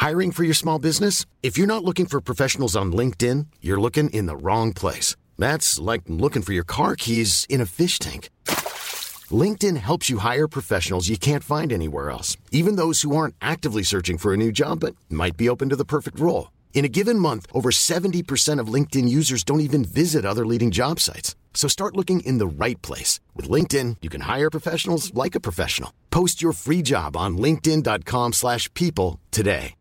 Hiring for your small business? If you're not looking for professionals on LinkedIn, you're looking in the wrong place. That's like looking for your car keys in a fish tank. LinkedIn helps you hire professionals you can't find anywhere else, even those who aren't actively searching for a new job but might be open to the perfect role. In a given month, over 70% of LinkedIn users don't even visit other leading job sites. So start looking in the right place. With LinkedIn, you can hire professionals like a professional. Post your free job on linkedin.com/people today.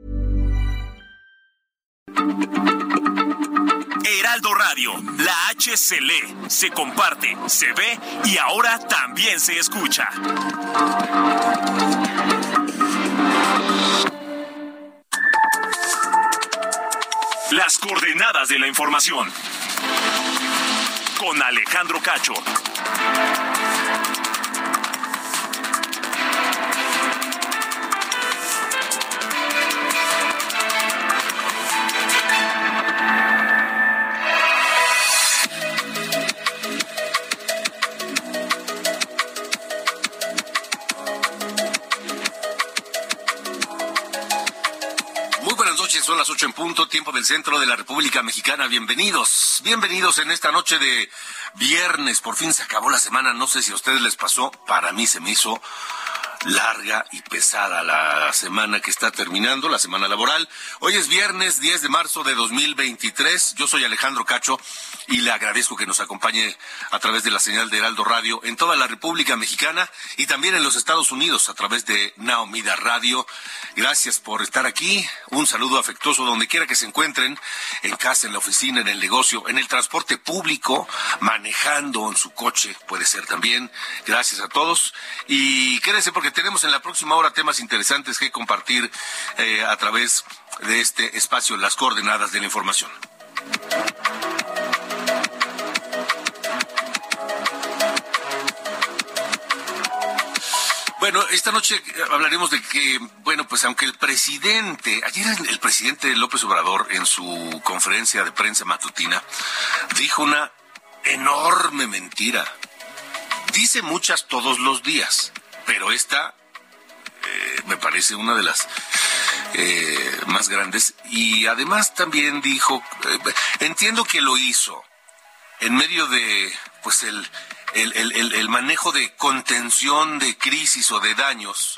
Heraldo Radio, la H se lee, se comparte, se ve y ahora también se escucha. Las coordenadas de la información. Con Alejandro Cacho. Son las 8 en punto, tiempo del centro de la República Mexicana. Bienvenidos en esta noche de viernes. Por fin se acabó la semana. No sé si a ustedes les pasó. Para mí se me hizo larga y pesada la semana que está terminando, la semana laboral. Hoy es viernes 10 de marzo de 2023. Yo soy Alejandro Cacho y le agradezco que nos acompañe a través de la señal de Heraldo Radio en toda la República Mexicana y también en los Estados Unidos a través de Now Media Radio. Gracias por estar aquí. Un saludo afectuoso donde quiera que se encuentren, en casa, en la oficina, en el negocio, en el transporte público, manejando en su coche, puede ser también. Gracias a todos. Y quédense porque tenemos en la próxima hora temas interesantes que compartir a través de este espacio, las coordenadas de la información. Bueno, esta noche hablaremos de que, bueno, pues aunque ayer el presidente López Obrador en su conferencia de prensa matutina dijo una enorme mentira. Dice muchas todos los días, pero esta me parece una de las más grandes. Y además también dijo, entiendo que lo hizo en medio de, pues, el manejo de contención de crisis o de daños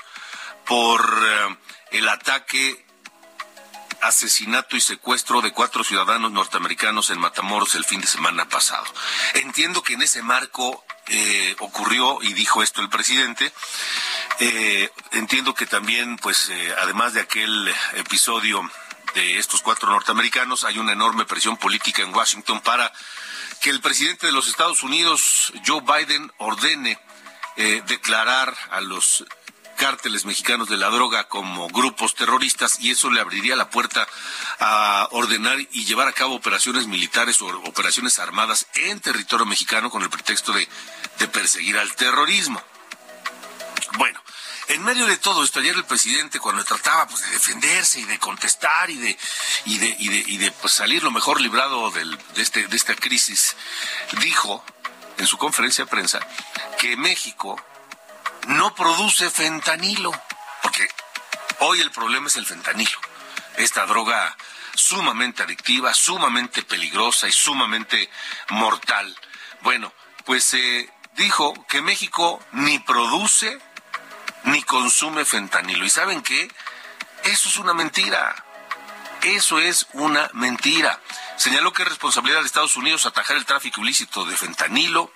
por el ataque, asesinato y secuestro de 4 ciudadanos norteamericanos en Matamoros el fin de semana pasado. Entiendo que en ese marco ocurrió y dijo esto el presidente. Entiendo que también, pues, además de aquel episodio de estos 4 norteamericanos, hay una enorme presión política en Washington para que el presidente de los Estados Unidos, Joe Biden, ordene declarar a los cárteles mexicanos de la droga como grupos terroristas, y eso le abriría la puerta a ordenar y llevar a cabo operaciones militares o operaciones armadas en territorio mexicano con el pretexto de perseguir al terrorismo. Bueno, en medio de todo esto, ayer el presidente, cuando trataba, pues, de defenderse y de contestar y de pues, salir lo mejor librado de esta crisis, dijo en su conferencia de prensa que México no produce fentanilo, porque hoy el problema es el fentanilo, esta droga sumamente adictiva, sumamente peligrosa y sumamente mortal. Bueno, pues dijo que México ni produce ni consume fentanilo. ¿Y saben qué? Eso es una mentira. Eso es una mentira. Señaló que es responsabilidad de Estados Unidos atajar el tráfico ilícito de fentanilo.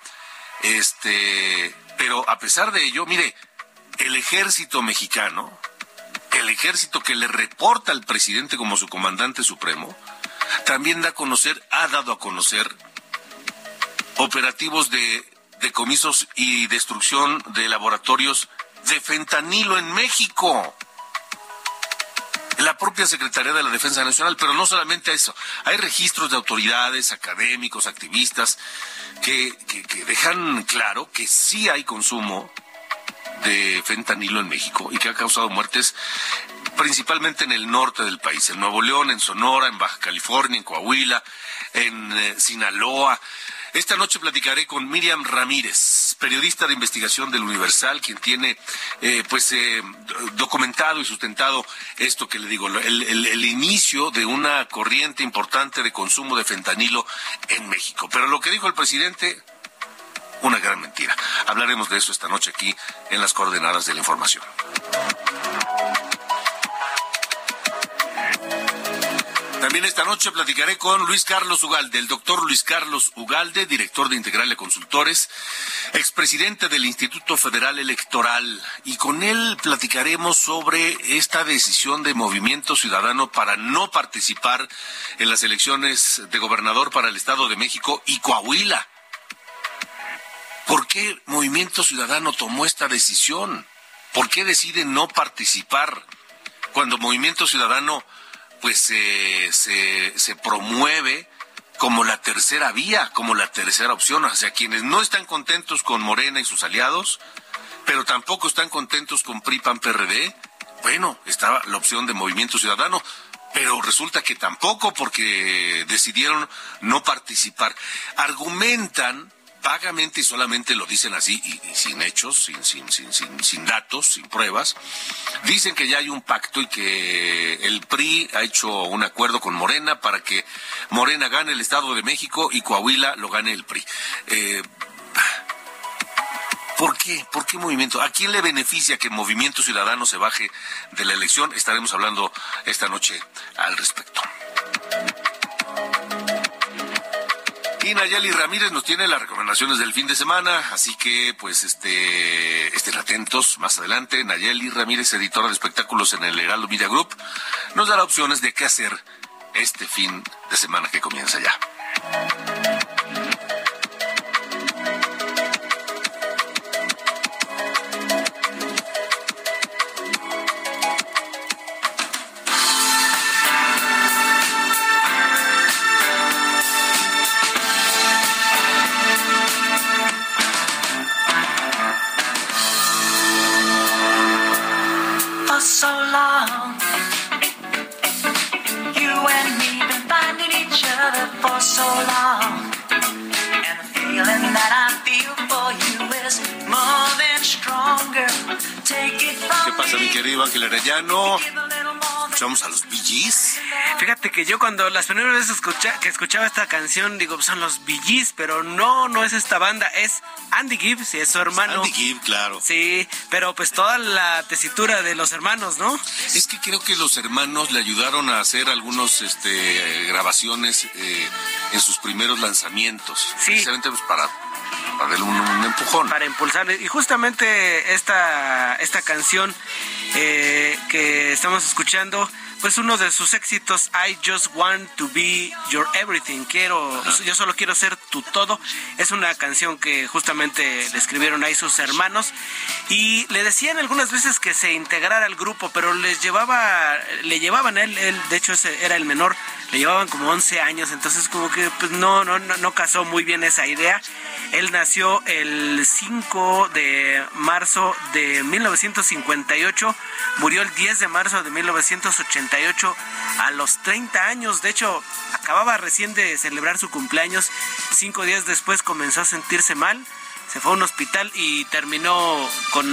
Pero a pesar de ello, mire, el ejército mexicano, el ejército que le reporta al presidente como su comandante supremo, también ha dado a conocer operativos de decomisos y destrucción de laboratorios de fentanilo en México. La propia Secretaría de la Defensa Nacional, pero no solamente eso, hay registros de autoridades, académicos, activistas que dejan claro que sí hay consumo de fentanilo en México y que ha causado muertes principalmente en el norte del país, en Nuevo León, en Sonora, en Baja California, en Coahuila, en Sinaloa. Esta noche platicaré con Miriam Ramírez, periodista de investigación del Universal, quien tiene documentado y sustentado esto que le digo, el inicio de una corriente importante de consumo de fentanilo en México. Pero lo que dijo el presidente, una gran mentira. Hablaremos de eso esta noche aquí en las coordenadas de la información. También esta noche platicaré con Luis Carlos Ugalde, el doctor Luis Carlos Ugalde, director de Integrale Consultores, expresidente del Instituto Federal Electoral, y con él platicaremos sobre esta decisión de Movimiento Ciudadano para no participar en las elecciones de gobernador para el Estado de México y Coahuila. ¿Por qué Movimiento Ciudadano tomó esta decisión? ¿Por qué decide no participar cuando Movimiento Ciudadano se promueve como la tercera vía, como la tercera opción? O sea, quienes no están contentos con Morena y sus aliados, pero tampoco están contentos con PRI, PAN, PRD, bueno, estaba la opción de Movimiento Ciudadano, pero resulta que tampoco, porque decidieron no participar. Argumentan vagamente y solamente lo dicen así y sin hechos, sin datos, sin pruebas. Dicen que ya hay un pacto y que el PRI ha hecho un acuerdo con Morena para que Morena gane el Estado de México y Coahuila lo gane el PRI. ¿Por qué? ¿Por qué Movimiento? ¿A quién le beneficia que Movimiento Ciudadano se baje de la elección? Estaremos hablando esta noche al respecto. Y Nayeli Ramírez nos tiene las recomendaciones del fin de semana, así que estén atentos más adelante. Nayeli Ramírez, editora de espectáculos en el Heraldo Media Group, nos dará opciones de qué hacer este fin de semana que comienza ya. ¿Qué pasa, mi querido Ángel Arellano? ¿Escuchamos a los Bee Gees? Fíjate que yo cuando las primeras veces que escuchaba esta canción, digo, son los Bee Gees, pero no es esta banda, es Andy Gibb, y es su hermano. Andy Gibb, claro. Sí, pero pues toda la tesitura de los hermanos, ¿no? Es que creo que los hermanos le ayudaron a hacer algunos grabaciones en sus primeros lanzamientos. Sí. Precisamente pues, para darle un empujón. Para impulsarle. Y justamente esta canción que estamos escuchando, pues uno de sus éxitos, I Just Want to Be Your Everything, yo solo quiero ser tu todo, es una canción que justamente le escribieron ahí sus hermanos y le decían algunas veces que se integrara al grupo, pero le llevaban a él, de hecho ese era el menor, le llevaban como 11 años, entonces como que pues no casó muy bien esa idea. Él nació el 5 de marzo de 1958, murió el 10 de marzo de 1988 a los 30 años. De hecho, acababa recién de celebrar su cumpleaños. 5 días después comenzó a sentirse mal. Se fue a un hospital y terminó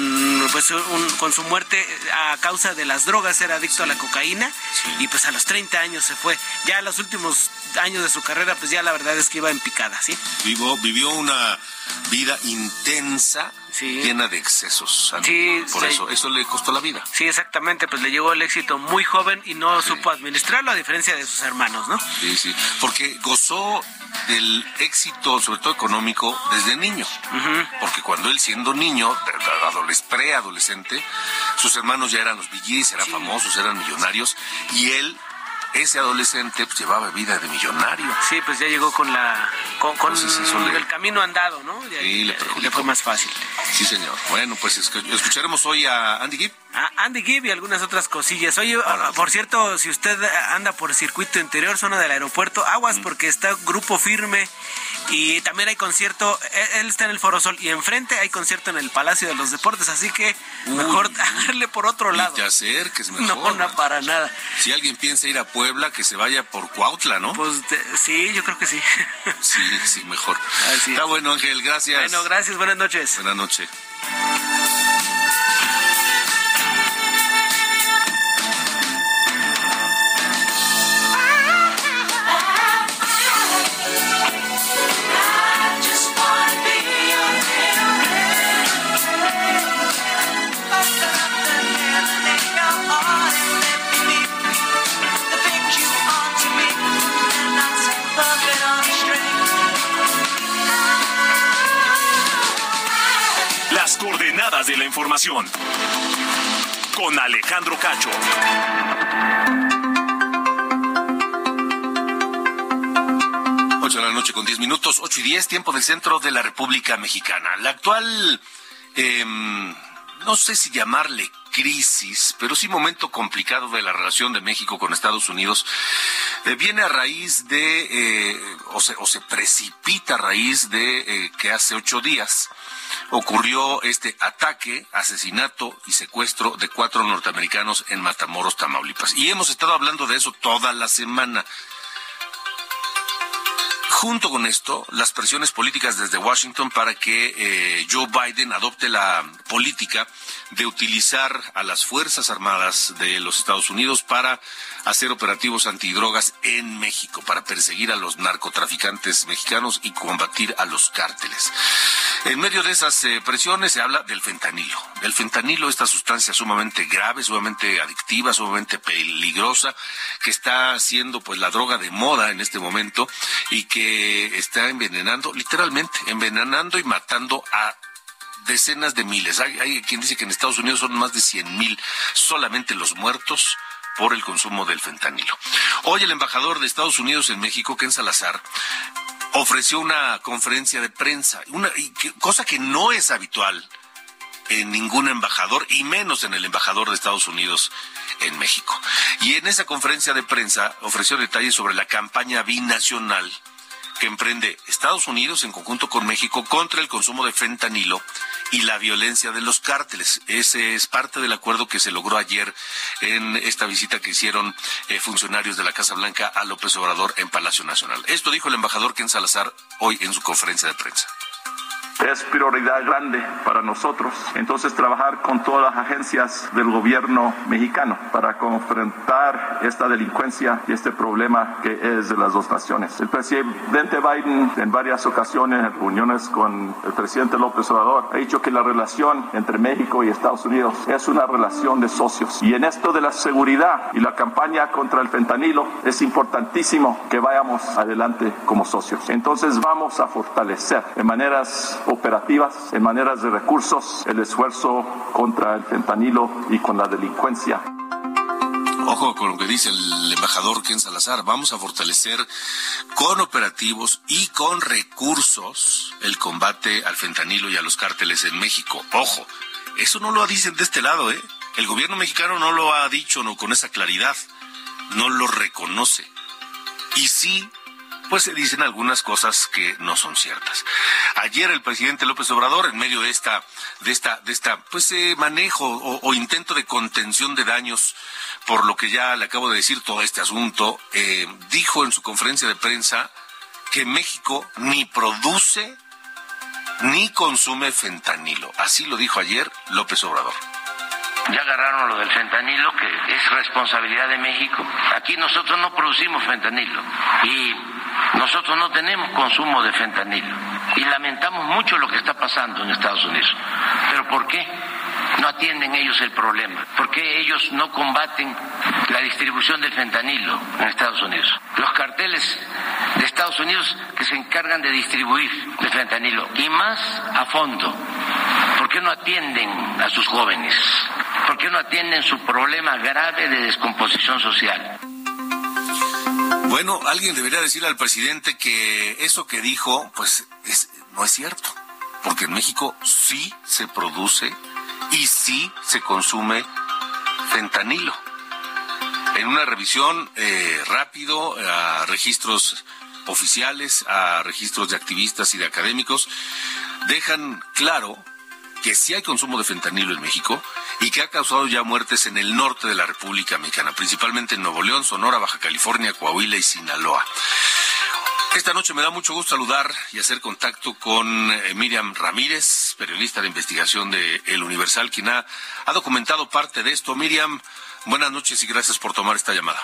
con su muerte a causa de las drogas. Era adicto a la cocaína y pues a los 30 años se fue. Ya los últimos años de su carrera, pues ya la verdad es que iba en picada, ¿sí? Vivió una vida intensa, sí, llena de excesos. Sí, por eso le costó la vida. Sí, exactamente, pues le llegó el éxito muy joven y no supo administrarlo, a diferencia de sus hermanos, ¿no? Sí, porque gozó del éxito, sobre todo económico, desde niño. Uh-huh. Porque cuando él, siendo niño, preadolescente, sus hermanos ya eran los Bee Gees, eran famosos, eran millonarios, y él, ese adolescente, pues llevaba vida de millonario. Sí, pues ya llegó con el camino andado, ¿no? Sí, le fue más fácil. Sí, señor. Bueno, pues escucharemos hoy a Andy Gibb. Andy Gibb y algunas otras cosillas. Oye, por cierto, si usted anda por circuito interior, zona del aeropuerto, aguas porque está Grupo Firme y también hay concierto, él está en el Foro Sol y enfrente hay concierto en el Palacio de los Deportes, así que mejor darle por otro lado. Y te acerques mejor. No, para nada. Si alguien piensa ir a Puebla, que se vaya por Cuautla, ¿no? Pues sí, yo creo que sí. Sí, mejor. Así Está es. bueno, Ángel, gracias. Bueno, gracias, buenas noches. Buenas noches. Las coordenadas de la información con Alejandro Cacho. 8 de la noche con 10 minutos, 8:10, tiempo del centro de la República Mexicana. La actual, no sé si llamarle crisis, pero sí momento complicado de la relación de México con Estados Unidos, viene a raíz de, o se precipita a raíz de que hace 8 días ocurrió este ataque, asesinato y secuestro de 4 norteamericanos en Matamoros, Tamaulipas. Y hemos estado hablando de eso toda la semana. Junto con esto, las presiones políticas desde Washington para que Joe Biden adopte la política de utilizar a las Fuerzas Armadas de los Estados Unidos para hacer operativos antidrogas en México, para perseguir a los narcotraficantes mexicanos y combatir a los cárteles. En medio de esas presiones se habla del fentanilo. El fentanilo, esta sustancia sumamente grave, sumamente adictiva, sumamente peligrosa, que está siendo pues la droga de moda en este momento y que está envenenando, literalmente, envenenando y matando a decenas de miles. Hay quien dice que en Estados Unidos son más de 100,000 solamente los muertos por el consumo del fentanilo. Hoy el embajador de Estados Unidos en México, Ken Salazar, ofreció una conferencia de prensa, cosa que no es habitual en ningún embajador y menos en el embajador de Estados Unidos en México. Y en esa conferencia de prensa ofreció detalles sobre la campaña binacional que emprende Estados Unidos en conjunto con México contra el consumo de fentanilo y la violencia de los cárteles. Ese es parte del acuerdo que se logró ayer en esta visita que hicieron funcionarios de la Casa Blanca a López Obrador en Palacio Nacional. Esto dijo el embajador Ken Salazar hoy en su conferencia de prensa. Es prioridad grande para nosotros, entonces trabajar con todas las agencias del gobierno mexicano para confrontar esta delincuencia y este problema que es de las dos naciones. El presidente Biden en varias ocasiones, en reuniones con el presidente López Obrador, ha dicho que la relación entre México y Estados Unidos es una relación de socios. Y en esto de la seguridad y la campaña contra el fentanilo es importantísimo que vayamos adelante como socios. Entonces vamos a fortalecer de maneras operativas, en maneras de recursos, el esfuerzo contra el fentanilo y con la delincuencia. Ojo con lo que dice el embajador Ken Salazar, vamos a fortalecer con operativos y con recursos el combate al fentanilo y a los cárteles en México. Ojo, eso no lo dicen de este lado, ¿eh? El gobierno mexicano no lo ha dicho con esa claridad, no lo reconoce. Y sí, pues se dicen algunas cosas que no son ciertas. Ayer el presidente López Obrador, en medio de esta pues manejo o intento de contención de daños, por lo que ya le acabo de decir todo este asunto, dijo en su conferencia de prensa que México ni produce ni consume fentanilo. Así lo dijo ayer López Obrador. Ya agarraron lo del fentanilo, que es responsabilidad de México. Aquí nosotros no producimos fentanilo y nosotros no tenemos consumo de fentanilo. Y lamentamos mucho lo que está pasando en Estados Unidos. ¿Pero por qué no atienden ellos el problema? ¿Por qué ellos no combaten la distribución del fentanilo en Estados Unidos? Los carteles de Estados Unidos que se encargan de distribuir el fentanilo, y más a fondo. ¿Por qué no atienden a sus jóvenes? ¿Por qué no atienden su problema grave de descomposición social? Bueno, alguien debería decirle al presidente que eso que dijo, pues no es cierto. Porque en México sí se produce y sí se consume fentanilo. En una revisión rápido a registros oficiales, a registros de activistas y de académicos, dejan claro que sí hay consumo de fentanilo en México y que ha causado ya muertes en el norte de la República Mexicana, principalmente en Nuevo León, Sonora, Baja California, Coahuila y Sinaloa. Esta noche me da mucho gusto saludar y hacer contacto con Miriam Ramírez, periodista de investigación de El Universal, quien ha documentado parte de esto. Miriam, buenas noches y gracias por tomar esta llamada.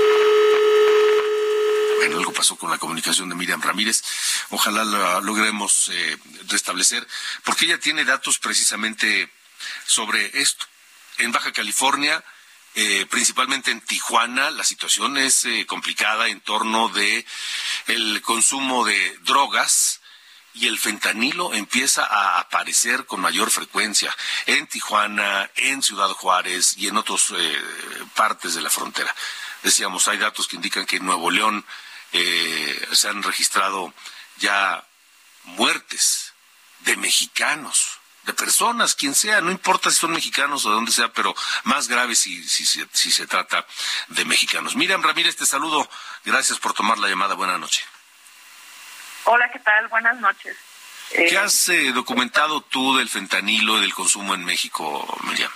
Bueno, algo pasó con la comunicación de Miriam Ramírez. Ojalá la logremos restablecer, porque ella tiene datos precisamente sobre esto. En Baja California, principalmente en Tijuana, la situación es complicada en torno de el consumo de drogas, y el fentanilo empieza a aparecer con mayor frecuencia en Tijuana, en Ciudad Juárez y en otras partes de la frontera. Decíamos, hay datos que indican que en Nuevo León se han registrado ya muertes de mexicanos, de personas, quien sea, no importa si son mexicanos o de donde sea, pero más grave si se trata de mexicanos. Miriam Ramírez, te saludo, gracias por tomar la llamada, buenas noches. Hola, ¿qué tal? Buenas noches. ¿Qué has documentado tú del fentanilo y del consumo en México, Miriam?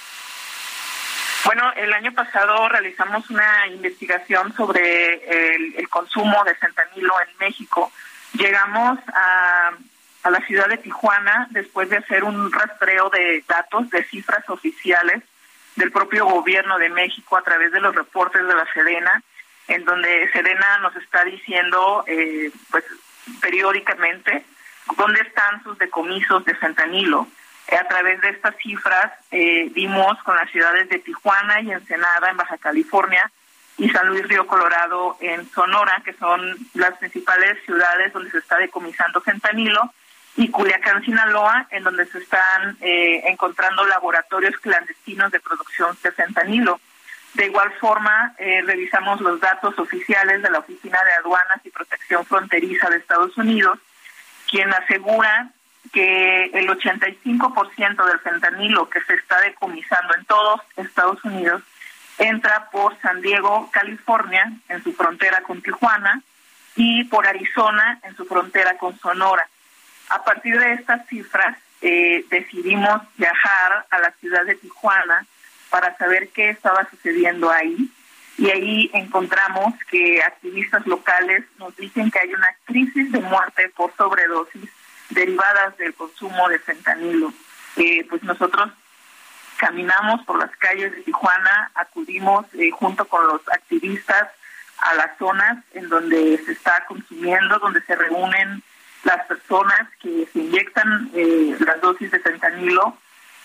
Bueno, el año pasado realizamos una investigación sobre el consumo de fentanilo en México. Llegamos a la ciudad de Tijuana después de hacer un rastreo de datos, de cifras oficiales del propio gobierno de México a través de los reportes de la Sedena, en donde Sedena nos está diciendo, pues periódicamente, dónde están sus decomisos de fentanilo. A través de estas cifras dimos con las ciudades de Tijuana y Ensenada en Baja California y San Luis Río Colorado en Sonora, que son las principales ciudades donde se está decomisando fentanilo, y Culiacán, Sinaloa, en donde se están encontrando laboratorios clandestinos de producción de fentanilo. De igual forma, revisamos los datos oficiales de la Oficina de Aduanas y Protección Fronteriza de Estados Unidos, quien asegura que el 85% del fentanilo que se está decomisando en todos Estados Unidos entra por San Diego, California, en su frontera con Tijuana, y por Arizona, en su frontera con Sonora. A partir de estas cifras, decidimos viajar a la ciudad de Tijuana para saber qué estaba sucediendo ahí, y ahí encontramos que activistas locales nos dicen que hay una crisis de muerte por sobredosis derivadas del consumo de fentanilo. Pues nosotros caminamos por las calles de Tijuana, acudimos junto con los activistas a las zonas en donde se está consumiendo, donde se reúnen las personas que se inyectan las dosis de fentanilo.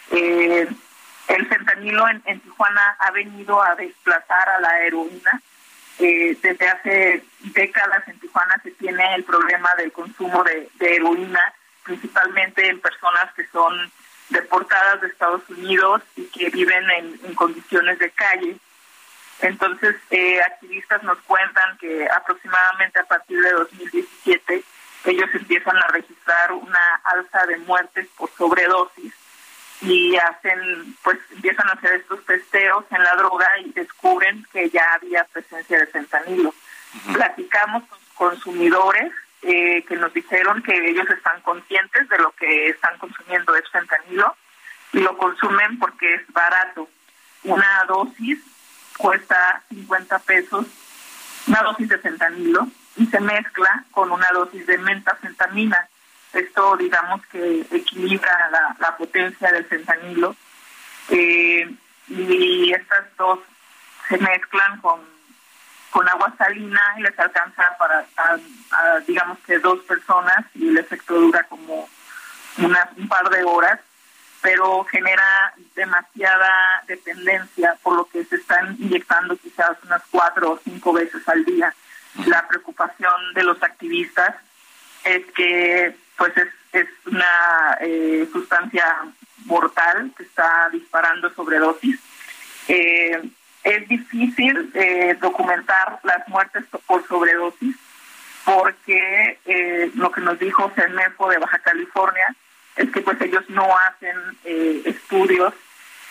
El fentanilo en Tijuana ha venido a desplazar a la heroína. Desde hace décadas en Tijuana se tiene el problema del consumo de heroína, principalmente en personas que son deportadas de Estados Unidos y que viven en condiciones de calle. Entonces, activistas nos cuentan que aproximadamente a partir de 2017 ellos empiezan a registrar una alza de muertes por sobredosis y empiezan a hacer estos testeos en la droga y descubren que ya había presencia de fentanilo. Uh-huh. Platicamos con consumidores que nos dijeron que ellos están conscientes de lo que están consumiendo es fentanilo y lo consumen porque es barato. Una dosis cuesta 50 pesos, una dosis de fentanilo, y se mezcla con una dosis de metafentamina. Esto, digamos, que equilibra la potencia del fentanilo, y estas dos se mezclan con agua salina y les alcanza para digamos que 2 personas, y el efecto dura como un par de horas, pero genera demasiada dependencia, por lo que se están inyectando quizás unas 4 o 5 veces al día. La preocupación de los activistas es que pues es una sustancia mortal que está disparando sobredosis. Es difícil documentar las muertes por sobredosis porque lo que nos dijo CENMEFO de Baja California es que pues ellos no hacen estudios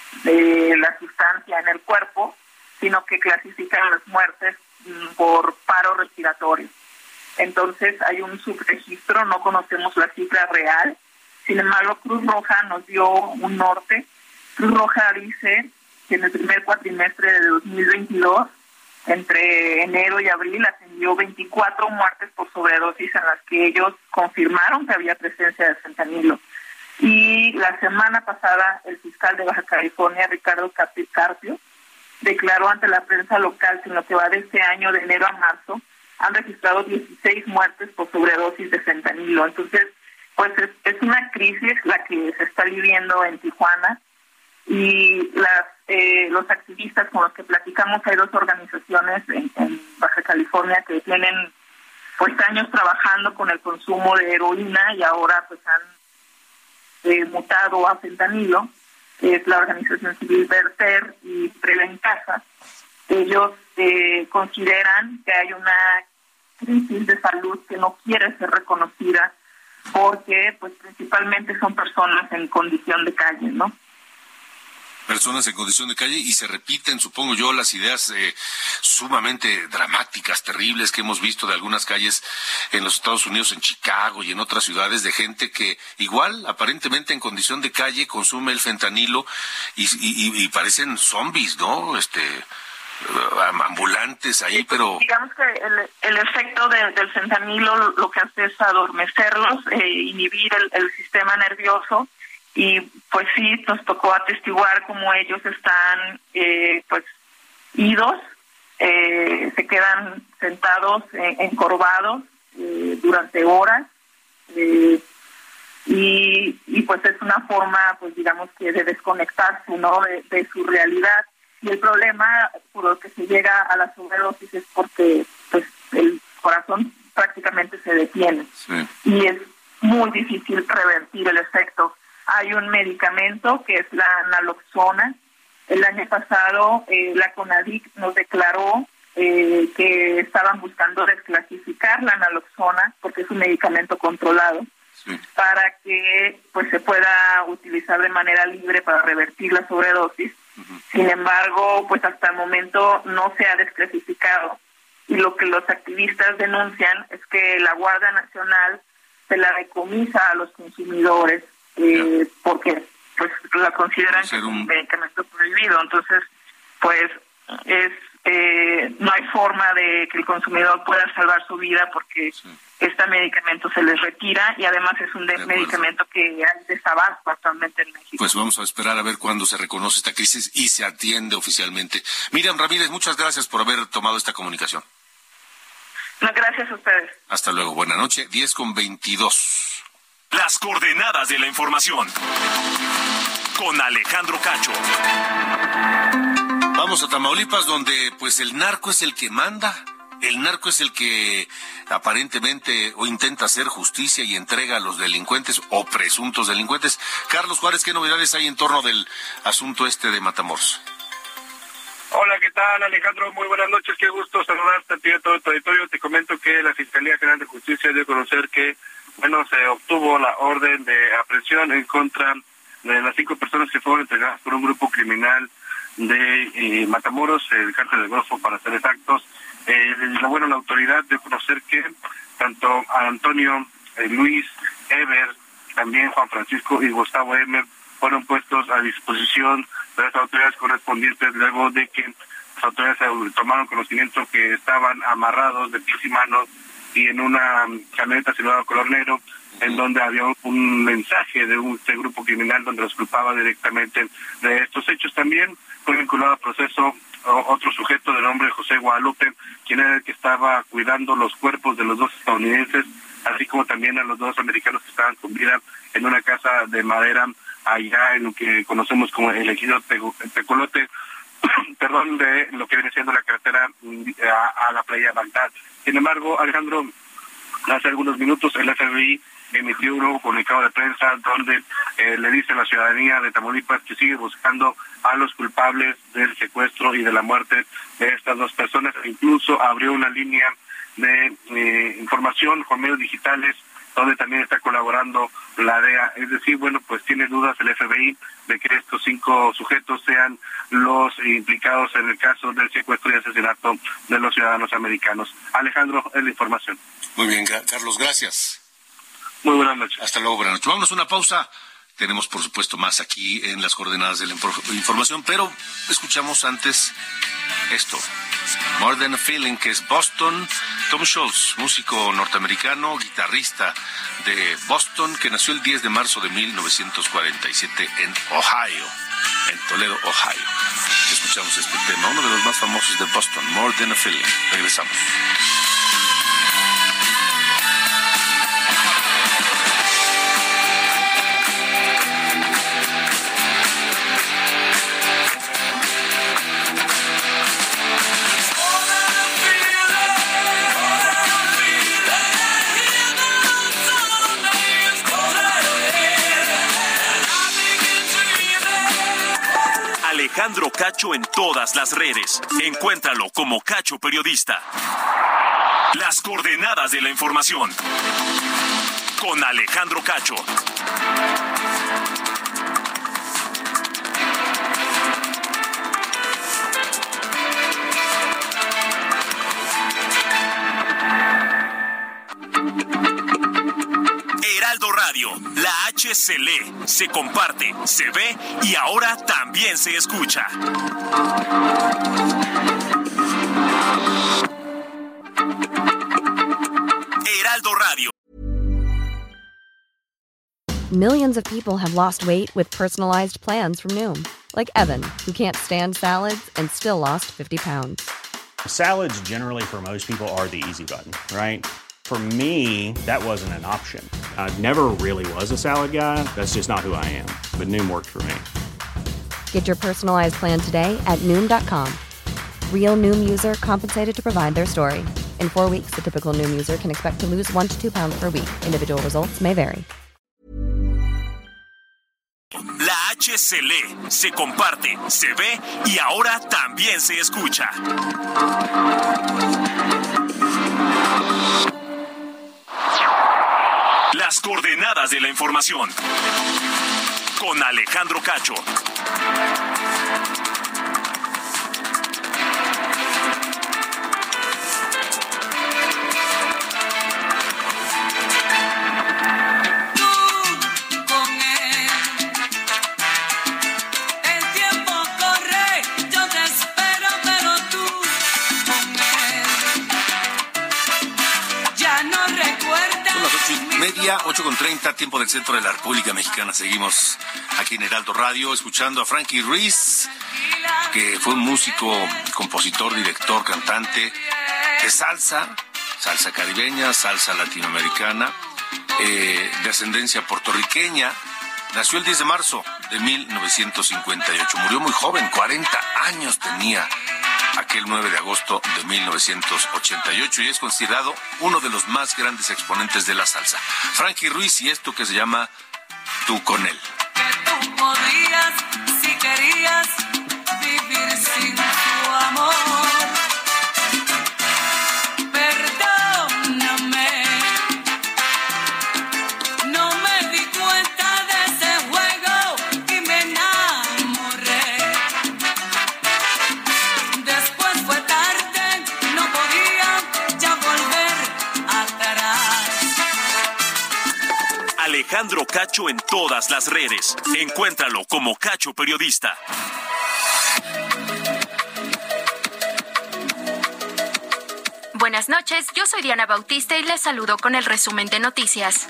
la sustancia en el cuerpo, sino que clasifican las muertes por paro respiratorio. Entonces hay un subregistro, no conocemos la cifra real. Sin embargo, Cruz Roja nos dio un norte. Cruz Roja dice que en el primer cuatrimestre de 2022, entre enero y abril, atendió 24 muertes por sobredosis en las que ellos confirmaron que había presencia de fentanilo. Y la semana pasada, el fiscal de Baja California, Ricardo Carpio, declaró ante la prensa local que en lo que va de este año, de enero a marzo, han registrado 16 muertes por sobredosis de fentanilo. Entonces, pues es una crisis la que se está viviendo en Tijuana, y los activistas con los que platicamos, hay 2 organizaciones en Baja California que tienen pues años trabajando con el consumo de heroína y ahora pues han mutado a fentanilo, que es la organización civil Verter y Prevent Casa. Ellos consideran que hay una crisis de salud que no quiere ser reconocida porque pues principalmente son personas en condición de calle, ¿no? Personas en condición de calle, y se repiten, supongo yo, las ideas sumamente dramáticas, terribles que hemos visto de algunas calles en los Estados Unidos, en Chicago y en otras ciudades, de gente que igual, aparentemente en condición de calle, consume el fentanilo y parecen zombies, ¿no? Ambulantes ahí, pero... Digamos que el efecto del fentanilo lo que hace es adormecerlos, inhibir el sistema nervioso, y pues sí, nos tocó atestiguar cómo ellos están pues idos, se quedan sentados, encorvados durante horas, y pues es una forma, pues digamos que de desconectarse, ¿no?, de su realidad. Y el problema por el que se llega a la sobredosis es porque pues el corazón prácticamente se detiene. Sí. Y es muy difícil revertir el efecto. Hay un medicamento que es la naloxona. El año pasado la CONADIC nos declaró que estaban buscando desclasificar la naloxona porque es un medicamento controlado, sí, para que pues se pueda utilizar de manera libre para revertir la sobredosis. Uh-huh. Sin embargo, pues hasta el momento no se ha desclasificado, y lo que los activistas denuncian es que la Guardia Nacional se la decomisa a los consumidores porque pues la consideran que es un medicamento prohibido. Entonces, pues no hay forma de que el consumidor pueda salvar su vida porque sí, este medicamento se les retira, y además es un medicamento que hay desabasto actualmente en México. Pues vamos a esperar a ver cuándo se reconoce esta crisis y se atiende oficialmente. Miriam Ramírez, muchas gracias por haber tomado esta comunicación. No, gracias a ustedes. Hasta luego, buena noche, 10:22. Las coordenadas de la información con Alejandro Cacho. Vamos a Tamaulipas, donde pues el narco es el que manda. El narco es el que aparentemente o intenta hacer justicia y entrega a los delincuentes o presuntos delincuentes. Carlos Juárez, ¿qué novedades hay en torno del asunto de Matamoros? Hola, ¿qué tal, Alejandro? Muy buenas noches, qué gusto saludarte a ti y a todo tu auditorio. Te comento que la Fiscalía General de Justicia dio a conocer que se obtuvo la orden de aprehensión en contra de las 5 personas que fueron entregadas por un grupo criminal de Matamoros, el Cártel del Golfo, para ser exactos. La autoridad dio a conocer que tanto Antonio, Luis, Ever, también Juan Francisco y Gustavo M. fueron puestos a disposición de las autoridades correspondientes luego de que las autoridades tomaron conocimiento que estaban amarrados de pies y manos y en una camioneta silbada color negro, en donde había un mensaje de este grupo criminal donde los culpaba directamente de estos hechos. También fue vinculado al proceso otro sujeto de nombre José Guadalupe, quien era el que estaba cuidando los cuerpos de los 2 estadounidenses, así como también a los 2 americanos que estaban con vida en una casa de madera allá en lo que conocemos como el ejido Tecolote, de lo que viene siendo la carretera a la playa de Bagdad. Sin embargo, Alejandro, hace algunos minutos el FBI emitió un nuevo comunicado de prensa donde le dice a la ciudadanía de Tamaulipas que sigue buscando a los culpables del secuestro y de la muerte de estas 2 personas, e incluso abrió una línea de información con medios digitales donde también está colaborando la DEA. Es decir, bueno, pues tiene dudas el FBI de que estos 5 sujetos sean los implicados en el caso del secuestro y asesinato de los ciudadanos americanos. Alejandro, es la información. Muy bien, Carlos, gracias. Muy buenas noches. Hasta luego, buenas noches. Vámonos a una pausa. Tenemos, por supuesto, más aquí en las coordenadas de la información, pero escuchamos antes esto. More Than a Feeling, que es Boston. Tom Scholz, músico norteamericano, guitarrista de Boston, que nació el 10 de marzo de 1947 en Ohio, en Toledo, Ohio. Escuchamos este tema, uno de los más famosos de Boston, More Than a Feeling. Regresamos. Alejandro Cacho en todas las redes. Encuéntralo como Cacho Periodista. Las coordenadas de la información. Con Alejandro Cacho. Heraldo Radio, la H se lee, se comparte, se ve y ahora también se escucha. Heraldo Radio. Millions of people have lost weight with personalized plans from Noom, like Evan, who can't stand salads and still lost 50 pounds. Salads generally for most people are the easy button, right? For me, that wasn't an option. I never really was a salad guy. That's just not who I am. But Noom worked for me. Get your personalized plan today at Noom.com. Real Noom user compensated to provide their story. In 4 weeks, the typical Noom user can expect to lose 1 to 2 pounds per week. Individual results may vary. La H se lee, se comparte, se ve y ahora también se escucha. Las coordenadas de la información. Con Alejandro Cacho. Media, 8:30, tiempo del centro de la República Mexicana. Seguimos aquí en Heraldo Radio, escuchando a Frankie Ruiz, que fue un músico, compositor, director, cantante de salsa caribeña, salsa latinoamericana, de ascendencia puertorriqueña. Nació el 10 de marzo de 1958. Murió muy joven, 40 años tenía aquel 9 de agosto de 1988 y es considerado uno de los más grandes exponentes de la salsa. Frankie Ruiz y esto que se llama Tú con él. Que tú podías, si querías, vivir sin tu amor. Perdóname, no me di cuenta de ese juego y me enamoré. Después fue tarde, no podía ya volver atrás. Alejandro Cacho en todas las redes. Encuéntralo como Cacho Periodista. Buenas noches, yo soy Diana Bautista y les saludo con el resumen de noticias.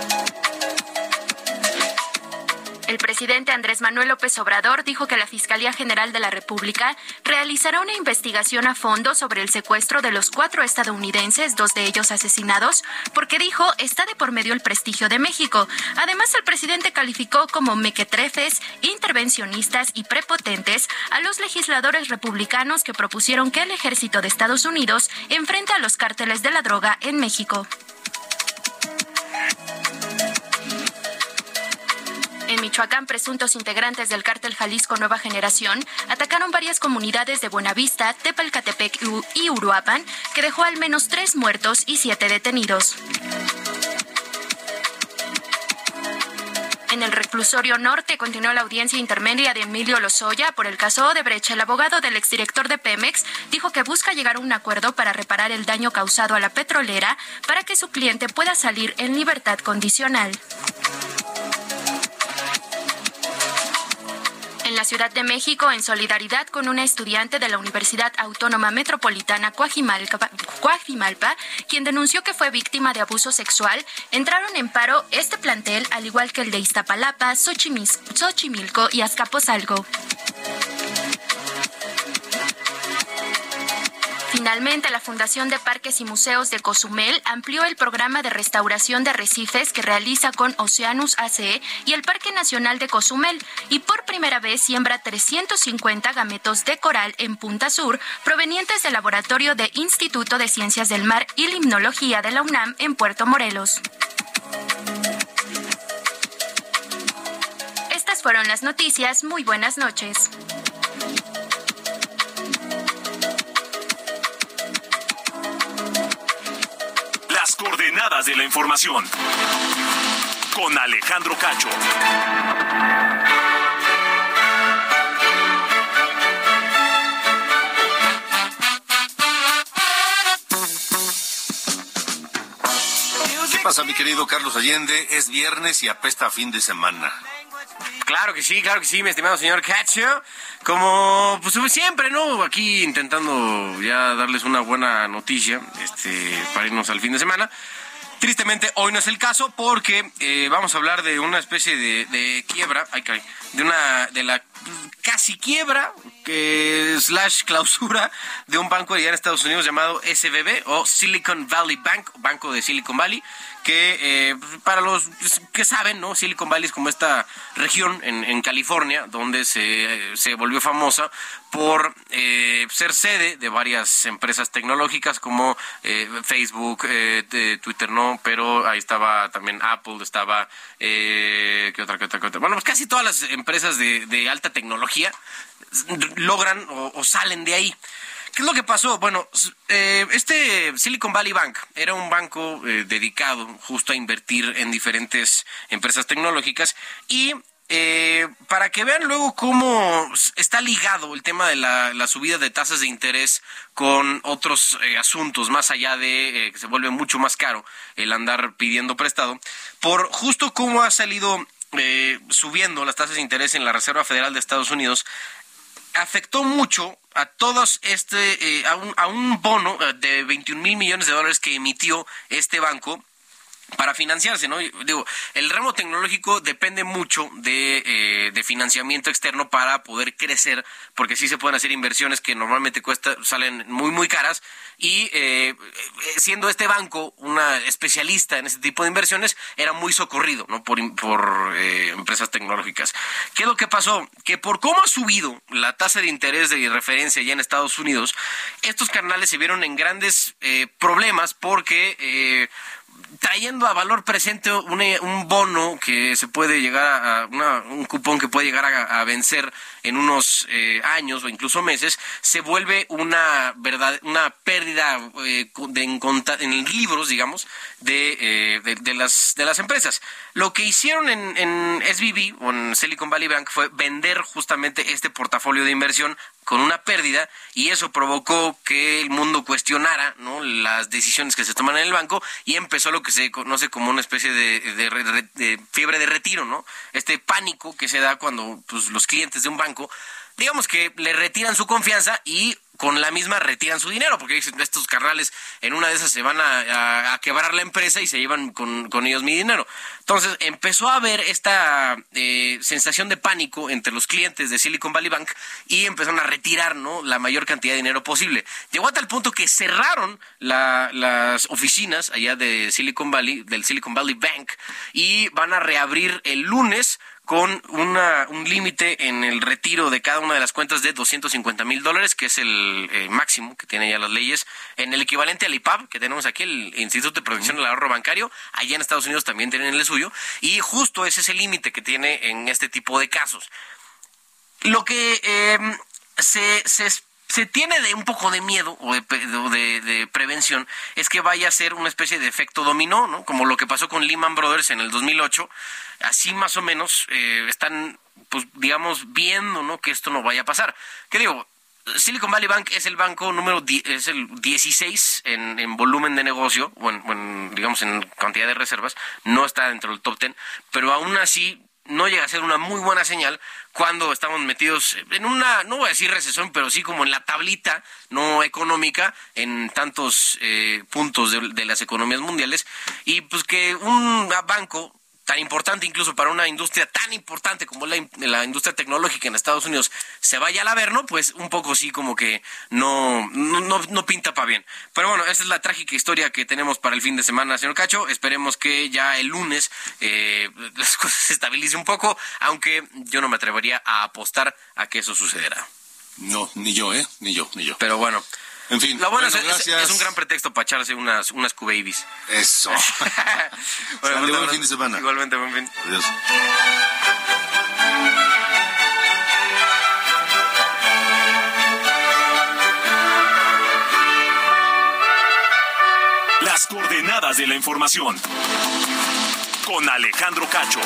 El presidente Andrés Manuel López Obrador dijo que la Fiscalía General de la República realizará una investigación a fondo sobre el secuestro de los 4 estadounidenses, 2 de ellos asesinados, porque dijo está de por medio el prestigio de México. Además, el presidente calificó como mequetrefes, intervencionistas y prepotentes a los legisladores republicanos que propusieron que el ejército de Estados Unidos enfrente a los cárteles de la droga en México. En Michoacán, presuntos integrantes del cártel Jalisco Nueva Generación atacaron varias comunidades de Buenavista, Tepalcatepec y Uruapan, que dejó al menos 3 muertos y 7 detenidos. En el reclusorio norte continuó la audiencia intermedia de Emilio Lozoya por el caso Odebrecht. El abogado del exdirector de Pemex dijo que busca llegar a un acuerdo para reparar el daño causado a la petrolera para que su cliente pueda salir en libertad condicional. En la Ciudad de México, en solidaridad con una estudiante de la Universidad Autónoma Metropolitana Coajimalpa, quien denunció que fue víctima de abuso sexual, entraron en paro este plantel, al igual que el de Iztapalapa, Xochimilco y Azcapotzalco. Finalmente, la Fundación de Parques y Museos de Cozumel amplió el programa de restauración de arrecifes que realiza con Oceanus ACE y el Parque Nacional de Cozumel, y por primera vez siembra 350 gametos de coral en Punta Sur, provenientes del Laboratorio de Instituto de Ciencias del Mar y Limnología de la UNAM en Puerto Morelos. Estas fueron las noticias. Muy buenas noches. Las coordenadas de la información con Alejandro Cacho. ¿Qué pasa, mi querido Carlos Allende? Es viernes y apesta a fin de semana. Claro que sí, mi estimado señor Cacho. Como pues siempre, ¿no? Aquí intentando ya darles una buena noticia para irnos al fin de semana. Tristemente, hoy no es el caso porque vamos a hablar de una especie de quiebra, de la casi quiebra, / clausura de un banco allá en Estados Unidos llamado SVB o Silicon Valley Bank, Banco de Silicon Valley, que para los que saben, ¿no? Silicon Valley es como esta región en California donde se volvió famosa por ser sede de varias empresas tecnológicas como Facebook, Twitter no, pero ahí estaba también Apple, estaba ¿qué otra? Bueno, pues casi todas las empresas de alta tecnología logran o salen de ahí. ¿Qué es lo que pasó? Bueno, Silicon Valley Bank era un banco dedicado justo a invertir en diferentes empresas tecnológicas y para que vean luego cómo está ligado el tema de la subida de tasas de interés con otros asuntos, más allá de que se vuelve mucho más caro el andar pidiendo prestado, por justo cómo ha salido subiendo las tasas de interés en la Reserva Federal de Estados Unidos, afectó mucho a todos a un bono de 21 mil millones de dólares que emitió este banco para financiarse, ¿no? Digo, el ramo tecnológico depende mucho de financiamiento externo para poder crecer, porque sí se pueden hacer inversiones que normalmente salen muy, muy caras, y siendo este banco una especialista en este tipo de inversiones, era muy socorrido, ¿no? por empresas tecnológicas. ¿Qué es lo que pasó? Que por cómo ha subido la tasa de interés de referencia ya en Estados Unidos, estos carnales se vieron en grandes problemas porque trayendo a valor presente un bono que se puede llegar un cupón que puede llegar a vencer en unos años o incluso meses, se vuelve una pérdida en libros, digamos, de las empresas. Lo que hicieron en SVB o en Silicon Valley Bank fue vender justamente este portafolio de inversión con una pérdida, y eso provocó que el mundo cuestionara, ¿no?, las decisiones que se toman en el banco, y empezó lo que se conoce como una especie de fiebre de retiro, ¿no? Este pánico que se da cuando pues, los clientes de un banco, digamos que le retiran su confianza y con la misma retiran su dinero, porque dicen, estos carnales en una de esas se van a quebrar la empresa y se llevan con ellos mi dinero. Entonces empezó a haber esta sensación de pánico entre los clientes de Silicon Valley Bank y empezaron a retirar, ¿no?, la mayor cantidad de dinero posible. Llegó a tal punto que cerraron las oficinas allá de Silicon Valley, del Silicon Valley Bank, y van a reabrir el lunes con un límite en el retiro de cada una de las cuentas de $250,000, que es el máximo que tienen ya las leyes, en el equivalente al IPAB, que tenemos aquí, el Instituto de Protección del Ahorro Bancario. Allá en Estados Unidos también tienen el suyo, y justo ese es el límite que tiene en este tipo de casos. Lo que se se tiene de un poco de miedo o de prevención es que vaya a ser una especie de efecto dominó, ¿no? Como lo que pasó con Lehman Brothers en el 2008. Así más o menos están, pues digamos, viendo, ¿no?, que esto no vaya a pasar. ¿Qué digo? Silicon Valley Bank es el banco es el 16 en volumen de negocio, o digamos en cantidad de reservas. No está dentro del top 10, pero aún así no llega a ser una muy buena señal cuando estamos metidos en una, no voy a decir recesión, pero sí como en la tablita no económica en tantos puntos de las economías mundiales, y pues que un banco tan importante incluso para una industria tan importante como la industria tecnológica en Estados Unidos se vaya al averno, pues un poco sí como que no pinta para bien. Pero bueno, esa es la trágica historia que tenemos para el fin de semana, señor Cacho. Esperemos que ya el lunes las cosas se estabilicen un poco, aunque yo no me atrevería a apostar a que eso sucederá. No, ni yo. Pero bueno. En fin, lo bueno es un gran pretexto para echarse unas Q-Babies. Eso. Bueno, buen fin de semana. Igualmente, buen fin. Adiós. Las coordenadas de la información. Con Alejandro Cacho.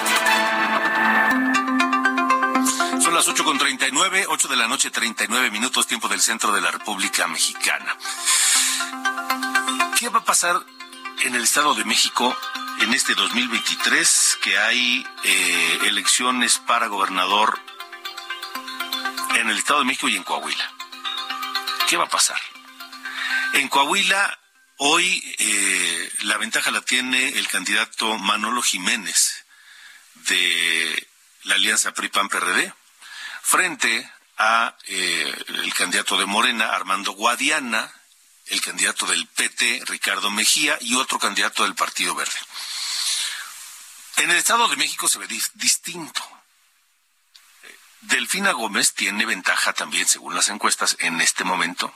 Son las 8:39, 8 de la noche, 39 minutos, tiempo del centro de la República Mexicana. ¿Qué va a pasar en el Estado de México en este 2023, que hay elecciones para gobernador en el Estado de México y en Coahuila? ¿Qué va a pasar? En Coahuila, hoy la ventaja la tiene el candidato Manolo Jiménez de la alianza PRI-PAN-PRD, frente a el candidato de Morena, Armando Guadiana, el candidato del PT, Ricardo Mejía, y otro candidato del Partido Verde. En el Estado de México se ve distinto. Delfina Gómez tiene ventaja también, según las encuestas, en este momento.